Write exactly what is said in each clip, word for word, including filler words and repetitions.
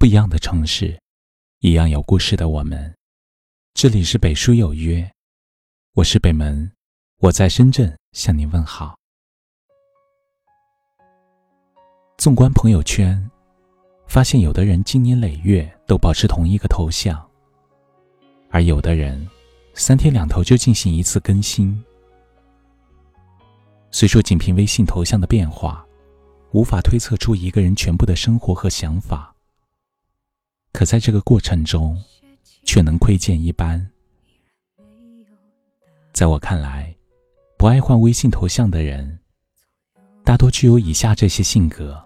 不一样的城市，一样有故事的我们。这里是北书有约，我是北门，我在深圳向您问好。纵观朋友圈，发现有的人经年累月都保持同一个头像，而有的人三天两头就进行一次更新。虽说仅凭微信头像的变化，无法推测出一个人全部的生活和想法，可在这个过程中却能窥见一斑。在我看来，不爱换微信头像的人大多具有以下这些性格。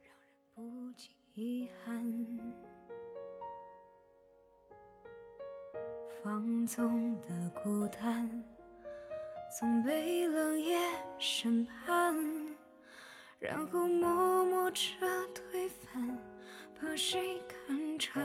放纵的孤单总被冷眼审判，然后默默着推翻，把谁看穿。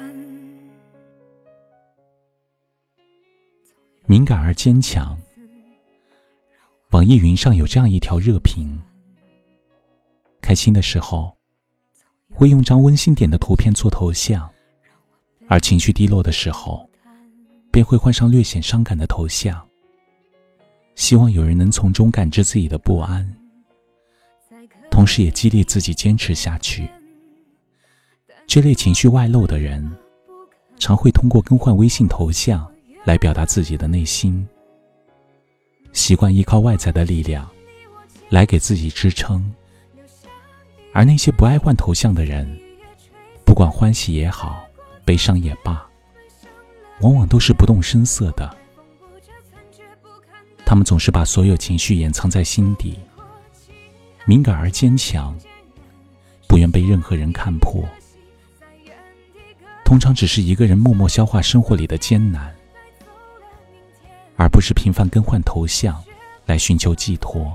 敏感而坚强。网易云上有这样一条热评：开心的时候会用张温馨点的图片做头像，而情绪低落的时候便会换上略显伤感的头像，希望有人能从中感知自己的不安，同时也激励自己坚持下去。这类情绪外露的人常会通过更换微信头像来表达自己的内心，习惯依靠外在的力量来给自己支撑。而那些不爱换头像的人，不管欢喜也好，悲伤也罢，往往都是不动声色的。他们总是把所有情绪掩藏在心底，敏感而坚强，不愿被任何人看破。通常只是一个人默默消化生活里的艰难，而不是频繁更换头像来寻求寄托。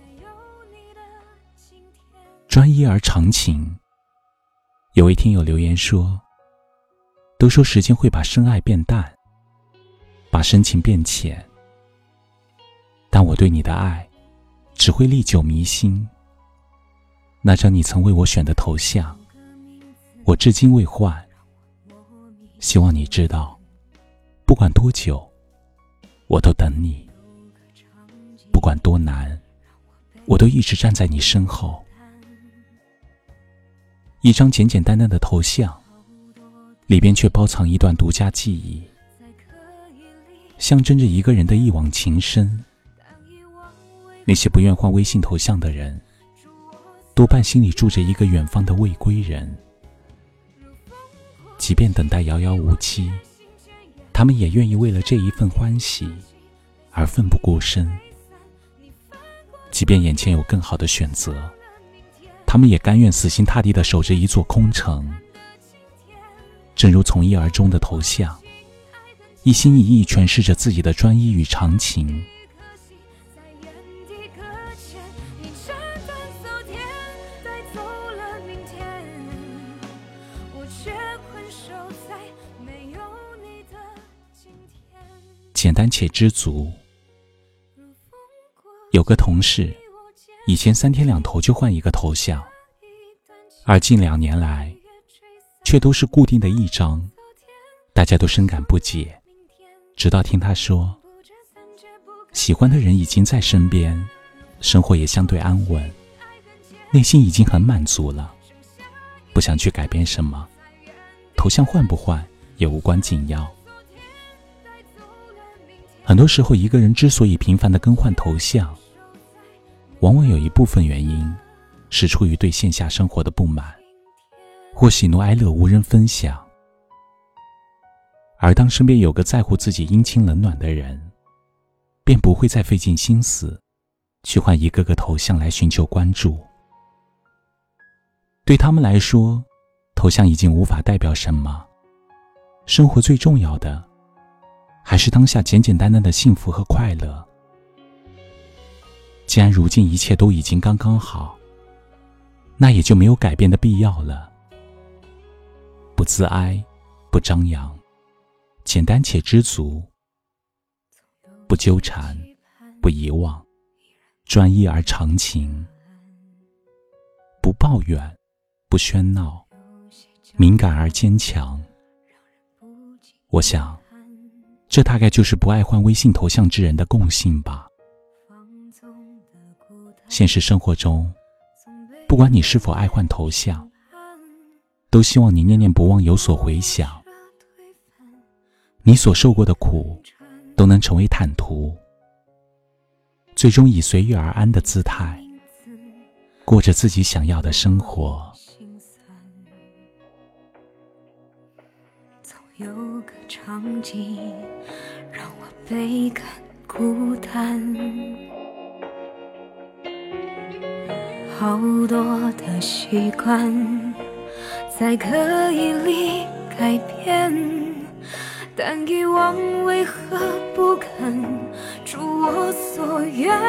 专一而长情。有位听友留言说，都说时间会把深爱变淡，把深情变浅，但我对你的爱只会历久弥新。那张你曾为我选的头像，我至今未换。希望你知道，不管多久我都等你，不管多难我都一直站在你身后。一张简简单单的头像，里边却包藏一段独家记忆，象征着一个人的一往情深。那些不愿换微信头像的人，多半心里住着一个远方的未归人。即便等待遥遥无期，他们也愿意为了这一份欢喜而奋不顾身。即便眼前有更好的选择，他们也甘愿死心塌地地守着一座空城。正如从一而终的头像，一心一意诠释着自己的专一与长情。简单且知足。有个同事，以前三天两头就换一个头像，而近两年来却都是固定的一张，大家都深感不解。直到听他说，喜欢的人已经在身边，生活也相对安稳，内心已经很满足了，不想去改变什么，头像换不换也无关紧要。很多时候，一个人之所以频繁地更换头像，往往有一部分原因是出于对线下生活的不满，或喜怒哀乐无人分享。而当身边有个在乎自己阴晴冷暖的人，便不会再费尽心思去换一个个头像来寻求关注。对他们来说，头像已经无法代表什么，生活最重要的还是当下简简单单的幸福和快乐。既然如今一切都已经刚刚好，那也就没有改变的必要了。不自哀，不张扬，简单且知足，不纠缠，不遗忘，专一而长情，不抱怨，不喧闹， 敏感而坚强。我想，这大概就是不爱换微信头像之人的共性吧。现实生活中，不管你是否爱换头像，都希望你念念不忘有所回响，你所受过的苦都能成为坦途，最终以随遇而安的姿态过着自己想要的生活。 总有个场景让我倍感孤单，好多的习惯在刻意里改变，但遗忘为何不肯如我所愿？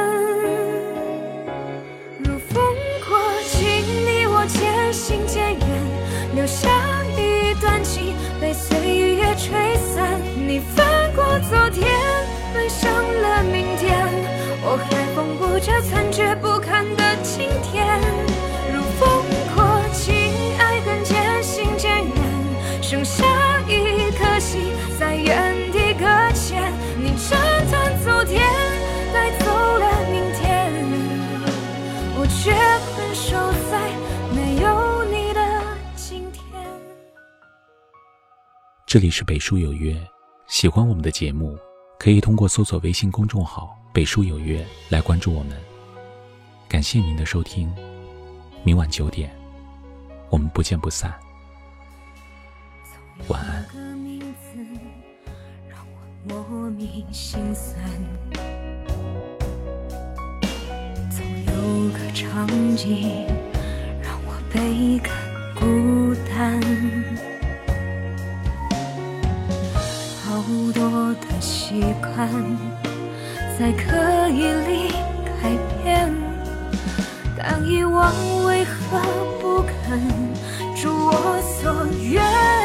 如风过境，你我渐行渐远，留下一段情被岁月吹散。你翻过昨天，奔向了明天，我还缝补着残缺不堪的今天。如风过境，爱恨渐行渐远，剩下一颗心在原地搁浅。你斩断昨天，带走了明天，我却困守在没有你的今天。 这里是北书有约，喜欢我们的节目，可以通过搜索微信公众号北书有约来关注我们。感谢您的收听，明晚九点我们不见不散。晚安。 莫名心酸，总有个场景让我倍感孤单，好多的习惯在刻意里改变，但遗忘为何不肯如我所愿？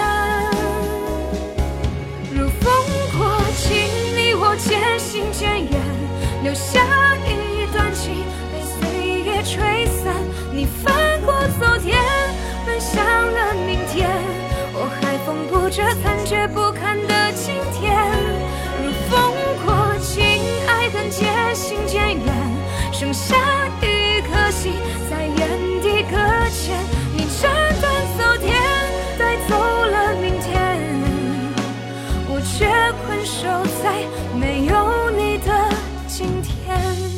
如风过境，你我渐行渐远，留下一段情被岁月吹散。你翻过昨天，奔向了明天，我还缝补着残缺不堪的今天。如风过境，爱恨渐行渐远，剩下一颗心在原地搁浅。你斩断昨天，带走了明天，我却困守在没有你的今天。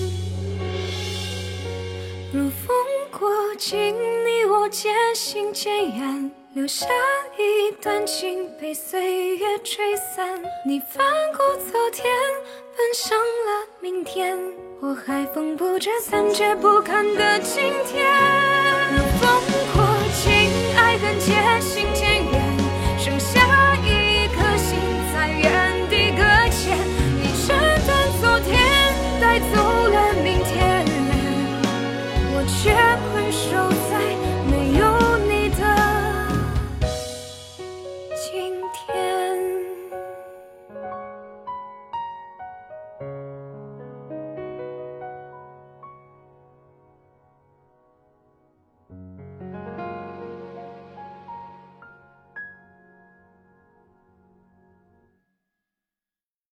如风过境，你我渐行渐远，留下一段情被岁月吹散。你翻过昨天，奔向了明天，我还缝补着残缺不堪的今天。